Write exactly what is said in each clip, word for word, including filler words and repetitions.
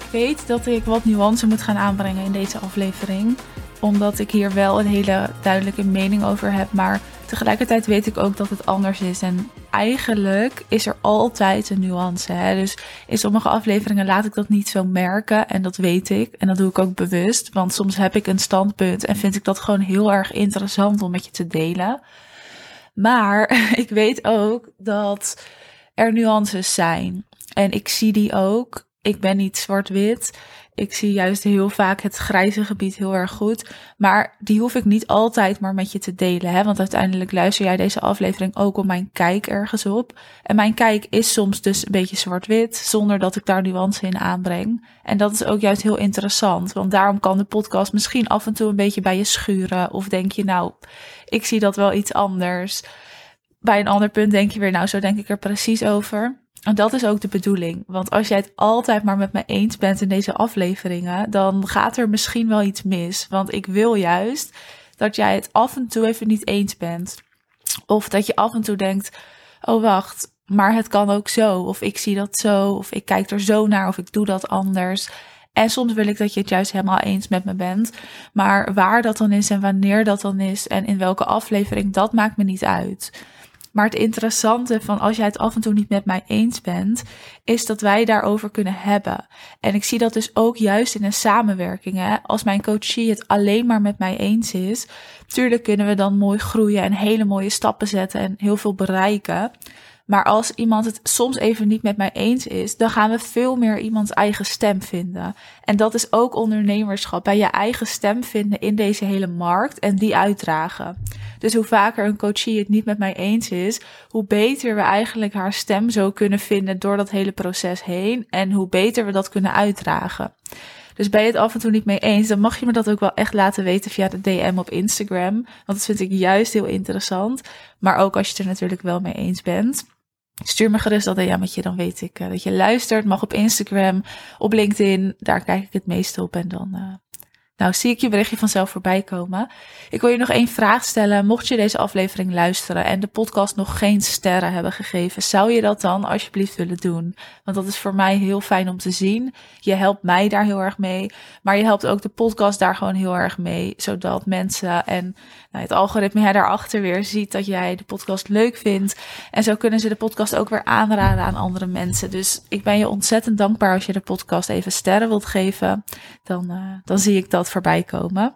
weet dat ik wat nuance moet gaan aanbrengen in deze aflevering. Omdat ik hier wel een hele duidelijke mening over heb. Maar tegelijkertijd weet ik ook dat het anders is. En eigenlijk is er altijd een nuance. Hè? Dus in sommige afleveringen laat ik dat niet zo merken. En dat weet ik. En dat doe ik ook bewust. Want soms heb ik een standpunt en vind ik dat gewoon heel erg interessant om met je te delen. Maar ik weet ook dat er nuances zijn. En ik zie die ook. Ik ben niet zwart-wit. Ik zie juist heel vaak het grijze gebied heel erg goed. Maar die hoef ik niet altijd maar met je te delen. Hè? Want uiteindelijk luister jij deze aflevering ook om mijn kijk ergens op. En mijn kijk is soms dus een beetje zwart-wit. Zonder dat ik daar nuance in aanbreng. En dat is ook juist heel interessant. Want daarom kan de podcast misschien af en toe een beetje bij je schuren. Of denk je nou, ik zie dat wel iets anders. Bij een ander punt denk je weer, nou zo denk ik er precies over. En dat is ook de bedoeling. Want als jij het altijd maar met me eens bent in deze afleveringen, dan gaat er misschien wel iets mis. Want ik wil juist dat jij het af en toe even niet eens bent. Of dat je af en toe denkt, oh wacht, maar het kan ook zo. Of ik zie dat zo. Of ik kijk er zo naar. Of ik doe dat anders. En soms wil ik dat je het juist helemaal eens met me bent. Maar waar dat dan is en wanneer dat dan is en in welke aflevering, dat maakt me niet uit. Maar het interessante van als jij het af en toe niet met mij eens bent, is dat wij daarover kunnen hebben. En ik zie dat dus ook juist in een samenwerking. Hè? Als mijn coachie het alleen maar met mij eens is, tuurlijk kunnen we dan mooi groeien en hele mooie stappen zetten en heel veel bereiken. Maar als iemand het soms even niet met mij eens is, dan gaan we veel meer iemands eigen stem vinden. En dat is ook ondernemerschap, bij je eigen stem vinden in deze hele markt en die uitdragen. Dus hoe vaker een coachie het niet met mij eens is, hoe beter we eigenlijk haar stem zo kunnen vinden door dat hele proces heen. En hoe beter we dat kunnen uitdragen. Dus ben je het af en toe niet mee eens, dan mag je me dat ook wel echt laten weten via de D M op Instagram. Want dat vind ik juist heel interessant. Maar ook als je het er natuurlijk wel mee eens bent. Stuur me gerust dat D M'tje, dan weet ik uh, dat je luistert. Mag op Instagram, op LinkedIn, daar kijk ik het meeste op en dan Uh, Nou, zie ik je berichtje vanzelf voorbij komen. Ik wil je nog één vraag stellen. Mocht je deze aflevering luisteren en de podcast nog geen sterren hebben gegeven, zou je dat dan alsjeblieft willen doen? Want dat is voor mij heel fijn om te zien. Je helpt mij daar heel erg mee, maar je helpt ook de podcast daar gewoon heel erg mee, zodat mensen en nou, het algoritme hè, daarachter weer ziet dat jij de podcast leuk vindt. En zo kunnen ze de podcast ook weer aanraden aan andere mensen. Dus ik ben je ontzettend dankbaar als je de podcast even sterren wilt geven. Dan, uh, dan zie ik dat voorbij komen.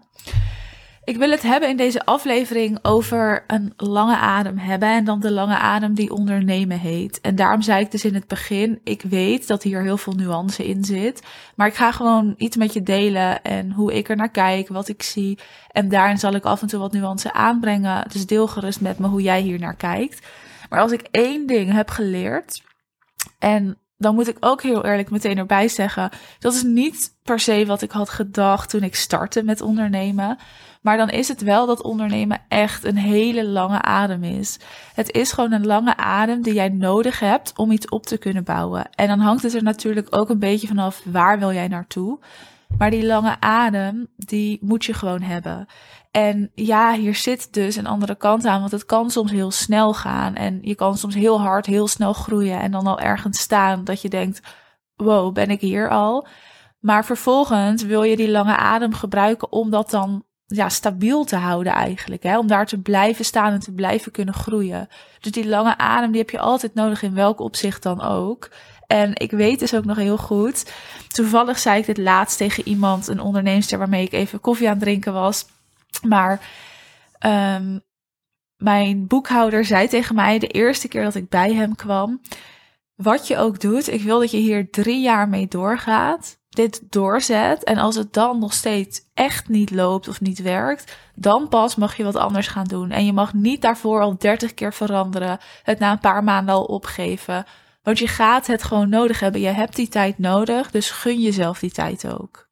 Ik wil het hebben in deze aflevering over een lange adem hebben en dan de lange adem die ondernemen heet. En daarom zei ik dus in het begin, ik weet dat hier heel veel nuance in zit, maar ik ga gewoon iets met je delen en hoe ik er naar kijk, wat ik zie. En daarin zal ik af en toe wat nuance aanbrengen, dus deel gerust met me hoe jij hier naar kijkt. Maar als ik één ding heb geleerd, en dan moet ik ook heel eerlijk meteen erbij zeggen, dat is niet per se wat ik had gedacht toen ik startte met ondernemen. Maar dan is het wel dat ondernemen echt een hele lange adem is. Het is gewoon een lange adem die jij nodig hebt om iets op te kunnen bouwen. En dan hangt het er natuurlijk ook een beetje vanaf waar wil jij naartoe. Maar die lange adem, die moet je gewoon hebben. En ja, hier zit dus een andere kant aan, want het kan soms heel snel gaan. En je kan soms heel hard, heel snel groeien en dan al ergens staan dat je denkt, wow, ben ik hier al? Maar vervolgens wil je die lange adem gebruiken om dat dan ja, stabiel te houden eigenlijk. Hè? Om daar te blijven staan en te blijven kunnen groeien. Dus die lange adem, die heb je altijd nodig in welk opzicht dan ook. En ik weet dus ook nog heel goed, toevallig zei ik dit laatst tegen iemand, een onderneemster waarmee ik even koffie aan het drinken was. Maar um, mijn boekhouder zei tegen mij de eerste keer dat ik bij hem kwam, wat je ook doet, ik wil dat je hier drie jaar mee doorgaat, dit doorzet. En als het dan nog steeds echt niet loopt of niet werkt, dan pas mag je wat anders gaan doen. En je mag niet daarvoor al dertig keer veranderen, het na een paar maanden al opgeven. Want je gaat het gewoon nodig hebben. Je hebt die tijd nodig, dus gun jezelf die tijd ook.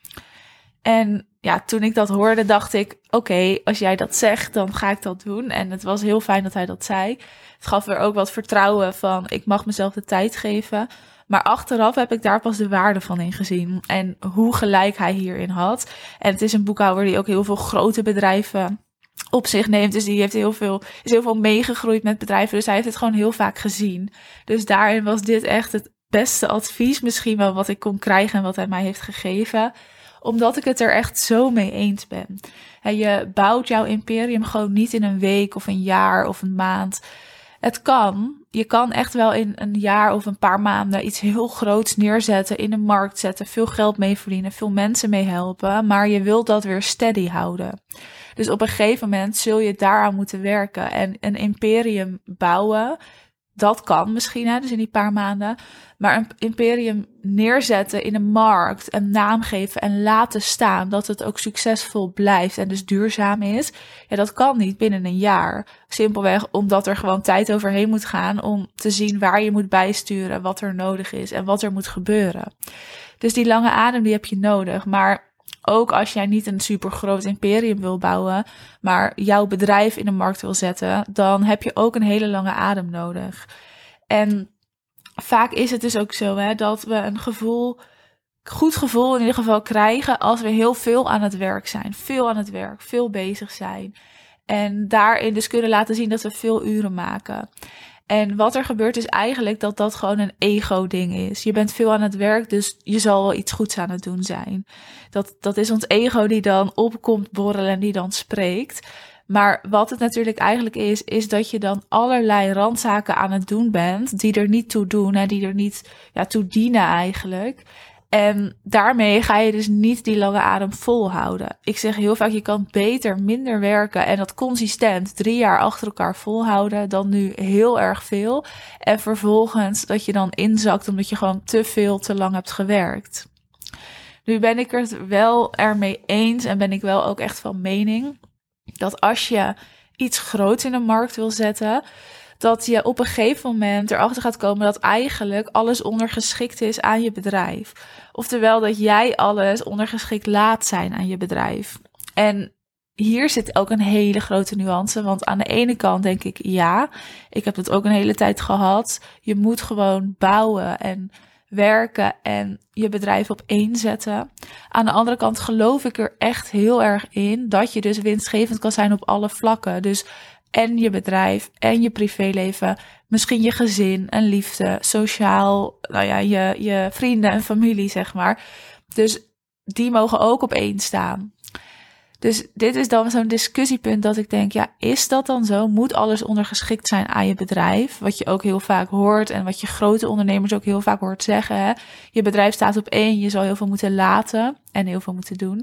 En ja, toen ik dat hoorde, dacht ik, oké, okay, als jij dat zegt, dan ga ik dat doen. En het was heel fijn dat hij dat zei. Het gaf weer ook wat vertrouwen van, ik mag mezelf de tijd geven. Maar achteraf heb ik daar pas de waarde van ingezien. En hoe gelijk hij hierin had. En het is een boekhouder die ook heel veel grote bedrijven op zich neemt. Dus die heeft heel veel, is heel veel meegegroeid met bedrijven. Dus hij heeft het gewoon heel vaak gezien. Dus daarin was dit echt het beste advies misschien wel wat ik kon krijgen en wat hij mij heeft gegeven. Omdat ik het er echt zo mee eens ben. En je bouwt jouw imperium gewoon niet in een week of een jaar of een maand. Het kan. Je kan echt wel in een jaar of een paar maanden iets heel groots neerzetten, in de markt zetten, veel geld mee verdienen, veel mensen mee helpen. Maar je wilt dat weer steady houden. Dus op een gegeven moment zul je daaraan moeten werken. En een imperium bouwen, dat kan misschien, hè, dus in die paar maanden. Maar een imperium neerzetten in een markt, een naam geven en laten staan, dat het ook succesvol blijft en dus duurzaam is. Ja, dat kan niet binnen een jaar. Simpelweg omdat er gewoon tijd overheen moet gaan om te zien waar je moet bijsturen, wat er nodig is en wat er moet gebeuren. Dus die lange adem, die heb je nodig. Maar ook als jij niet een supergroot imperium wil bouwen, maar jouw bedrijf in de markt wil zetten, dan heb je ook een hele lange adem nodig. En vaak is het dus ook zo, hè, dat we een gevoel, goed gevoel in ieder geval krijgen als we heel veel aan het werk zijn. Veel aan het werk, veel bezig zijn. En daarin dus kunnen laten zien dat we veel uren maken. En wat er gebeurt is eigenlijk dat dat gewoon een ego-ding is. Je bent veel aan het werk, dus je zal wel iets goeds aan het doen zijn. Dat, dat is ons ego die dan opkomt borrelen en die dan spreekt. Maar wat het natuurlijk eigenlijk is, is dat je dan allerlei randzaken aan het doen bent die er niet toe doen en die er niet ja, toe dienen eigenlijk. En daarmee ga je dus niet die lange adem volhouden. Ik zeg heel vaak, je kan beter minder werken en dat consistent drie jaar achter elkaar volhouden dan nu heel erg veel. En vervolgens dat je dan inzakt omdat je gewoon te veel te lang hebt gewerkt. Nu ben ik het wel ermee eens en ben ik wel ook echt van mening dat als je iets groots in de markt wil zetten, dat je op een gegeven moment erachter gaat komen dat eigenlijk alles ondergeschikt is aan je bedrijf. Oftewel dat jij alles ondergeschikt laat zijn aan je bedrijf. En hier zit ook een hele grote nuance, want aan de ene kant denk ik ja, ik heb het ook een hele tijd gehad. Je moet gewoon bouwen en werken en je bedrijf op één zetten. Aan de andere kant geloof ik er echt heel erg in dat je dus winstgevend kan zijn op alle vlakken. Dus en je bedrijf en je privéleven, misschien je gezin en liefde, sociaal, nou ja, je, je vrienden en familie, zeg maar. Dus die mogen ook op één staan. Dus dit is dan zo'n discussiepunt dat ik denk, ja, is dat dan zo? Moet alles ondergeschikt zijn aan je bedrijf? Wat je ook heel vaak hoort en wat je grote ondernemers ook heel vaak hoort zeggen. Hè? Je bedrijf staat op één, je zal heel veel moeten laten en heel veel moeten doen.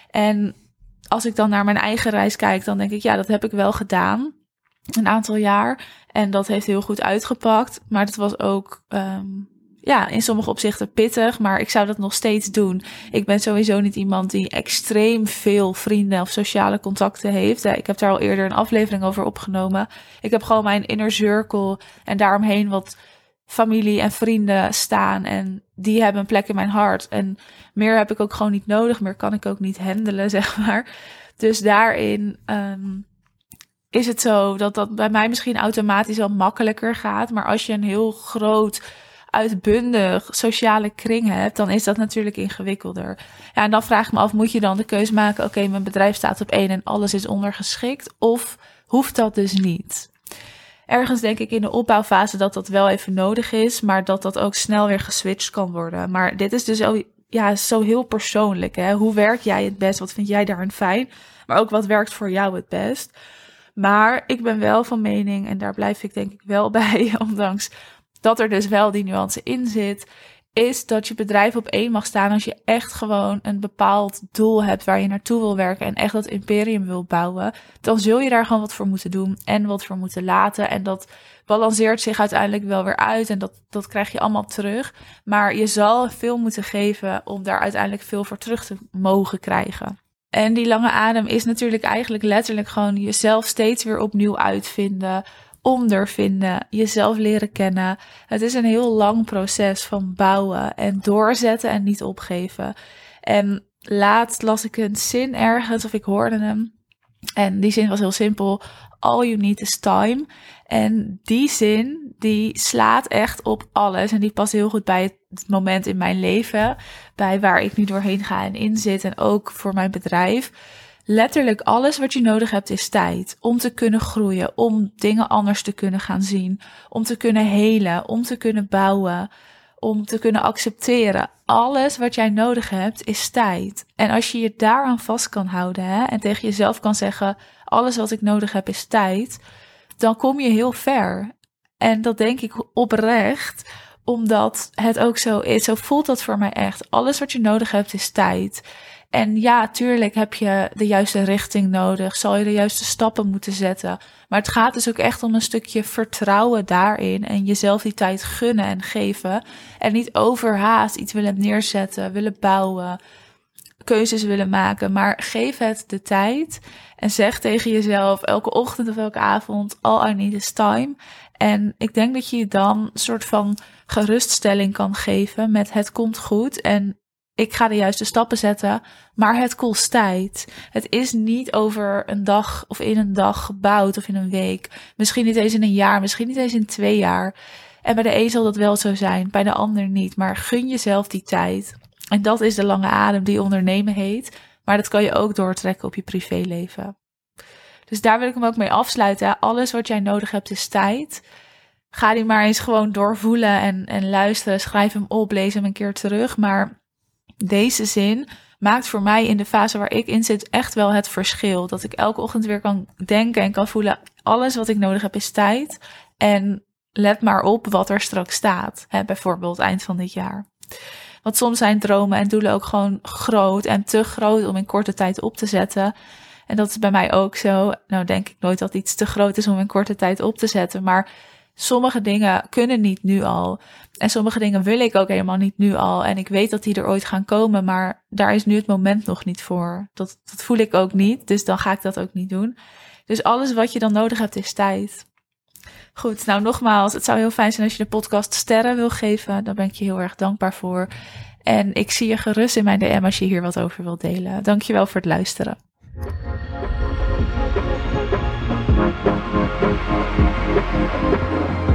En als ik dan naar mijn eigen reis kijk, dan denk ik, ja, dat heb ik wel gedaan. Een aantal jaar. En dat heeft heel goed uitgepakt. Maar dat was ook um, ja, in sommige opzichten pittig. Maar ik zou dat nog steeds doen. Ik ben sowieso niet iemand die extreem veel vrienden of sociale contacten heeft. Ik heb daar al eerder een aflevering over opgenomen. Ik heb gewoon mijn inner circle en daaromheen wat familie en vrienden staan. En die hebben een plek in mijn hart. En meer heb ik ook gewoon niet nodig. Meer kan ik ook niet handelen, zeg maar. Dus daarin um, is het zo dat dat bij mij misschien automatisch wel makkelijker gaat. Maar als je een heel groot, uitbundig sociale kring hebt, dan is dat natuurlijk ingewikkelder. Ja, en dan vraag ik me af, moet je dan de keuze maken, oké, okay, mijn bedrijf staat op één en alles is ondergeschikt? Of hoeft dat dus niet? Ergens denk ik in de opbouwfase dat dat wel even nodig is, maar dat dat ook snel weer geswitcht kan worden. Maar dit is dus ook, ja, zo heel persoonlijk. Hè? Hoe werk jij het best? Wat vind jij daarin fijn? Maar ook wat werkt voor jou het best? Maar ik ben wel van mening, en daar blijf ik denk ik wel bij, ondanks dat er dus wel die nuance in zit, is dat je bedrijf op één mag staan als je echt gewoon een bepaald doel hebt waar je naartoe wil werken en echt dat imperium wil bouwen. Dan zul je daar gewoon wat voor moeten doen en wat voor moeten laten. En dat balanceert zich uiteindelijk wel weer uit en dat, dat krijg je allemaal terug. Maar je zal veel moeten geven om daar uiteindelijk veel voor terug te mogen krijgen. En die lange adem is natuurlijk eigenlijk letterlijk gewoon jezelf steeds weer opnieuw uitvinden, ondervinden, jezelf leren kennen. Het is een heel lang proces van bouwen en doorzetten en niet opgeven. En laatst las ik een zin ergens, of ik hoorde hem. En die zin was heel simpel. All you need is time. En die zin, die slaat echt op alles. En die past heel goed bij het moment in mijn leven. Bij waar ik nu doorheen ga en in zit. En ook voor mijn bedrijf. Letterlijk alles wat je nodig hebt is tijd. Om te kunnen groeien. Om dingen anders te kunnen gaan zien. Om te kunnen helen. Om te kunnen bouwen. om te kunnen accepteren. Alles wat jij nodig hebt is tijd. En als je je daaraan vast kan houden, hè, en tegen jezelf kan zeggen, alles wat ik nodig heb is tijd, dan kom je heel ver. En dat denk ik oprecht, omdat het ook zo is. Zo voelt dat voor mij echt. Alles wat je nodig hebt is tijd. En ja, tuurlijk heb je de juiste richting nodig. Zal je de juiste stappen moeten zetten. Maar het gaat dus ook echt om een stukje vertrouwen daarin. En jezelf die tijd gunnen en geven. En niet overhaast iets willen neerzetten, willen bouwen, keuzes willen maken. Maar geef het de tijd. En zeg tegen jezelf elke ochtend of elke avond, all I need is time. En ik denk dat je je dan een soort van geruststelling kan geven met het komt goed. En ik ga de juiste stappen zetten, maar het kost tijd. Het is niet over een dag of in een dag gebouwd of in een week. Misschien niet eens in een jaar, misschien niet eens in twee jaar. En bij de een zal dat wel zo zijn, bij de ander niet. Maar gun jezelf die tijd. En dat is de lange adem die ondernemen heet. Maar dat kan je ook doortrekken op je privéleven. Dus daar wil ik hem ook mee afsluiten. Alles wat jij nodig hebt is tijd. Ga die maar eens gewoon doorvoelen en, en luisteren. Schrijf hem op, lees hem een keer terug. Maar deze zin maakt voor mij in de fase waar ik in zit echt wel het verschil. Dat ik elke ochtend weer kan denken en kan voelen, alles wat ik nodig heb is tijd. En let maar op wat er straks staat. Hè, bijvoorbeeld eind van dit jaar. Want soms zijn dromen en doelen ook gewoon groot en te groot om in korte tijd op te zetten. En dat is bij mij ook zo. Nou denk ik nooit dat iets te groot is om in korte tijd op te zetten. Maar sommige dingen kunnen niet nu al. En sommige dingen wil ik ook helemaal niet nu al. En ik weet dat die er ooit gaan komen. Maar daar is nu het moment nog niet voor. Dat, dat voel ik ook niet. Dus dan ga ik dat ook niet doen. Dus alles wat je dan nodig hebt is tijd. Goed, nou nogmaals. Het zou heel fijn zijn als je de podcast sterren wil geven. Daar ben ik je heel erg dankbaar voor. En ik zie je gerust in mijn D M als je hier wat over wilt delen. Dankjewel voor het luisteren. Thank you.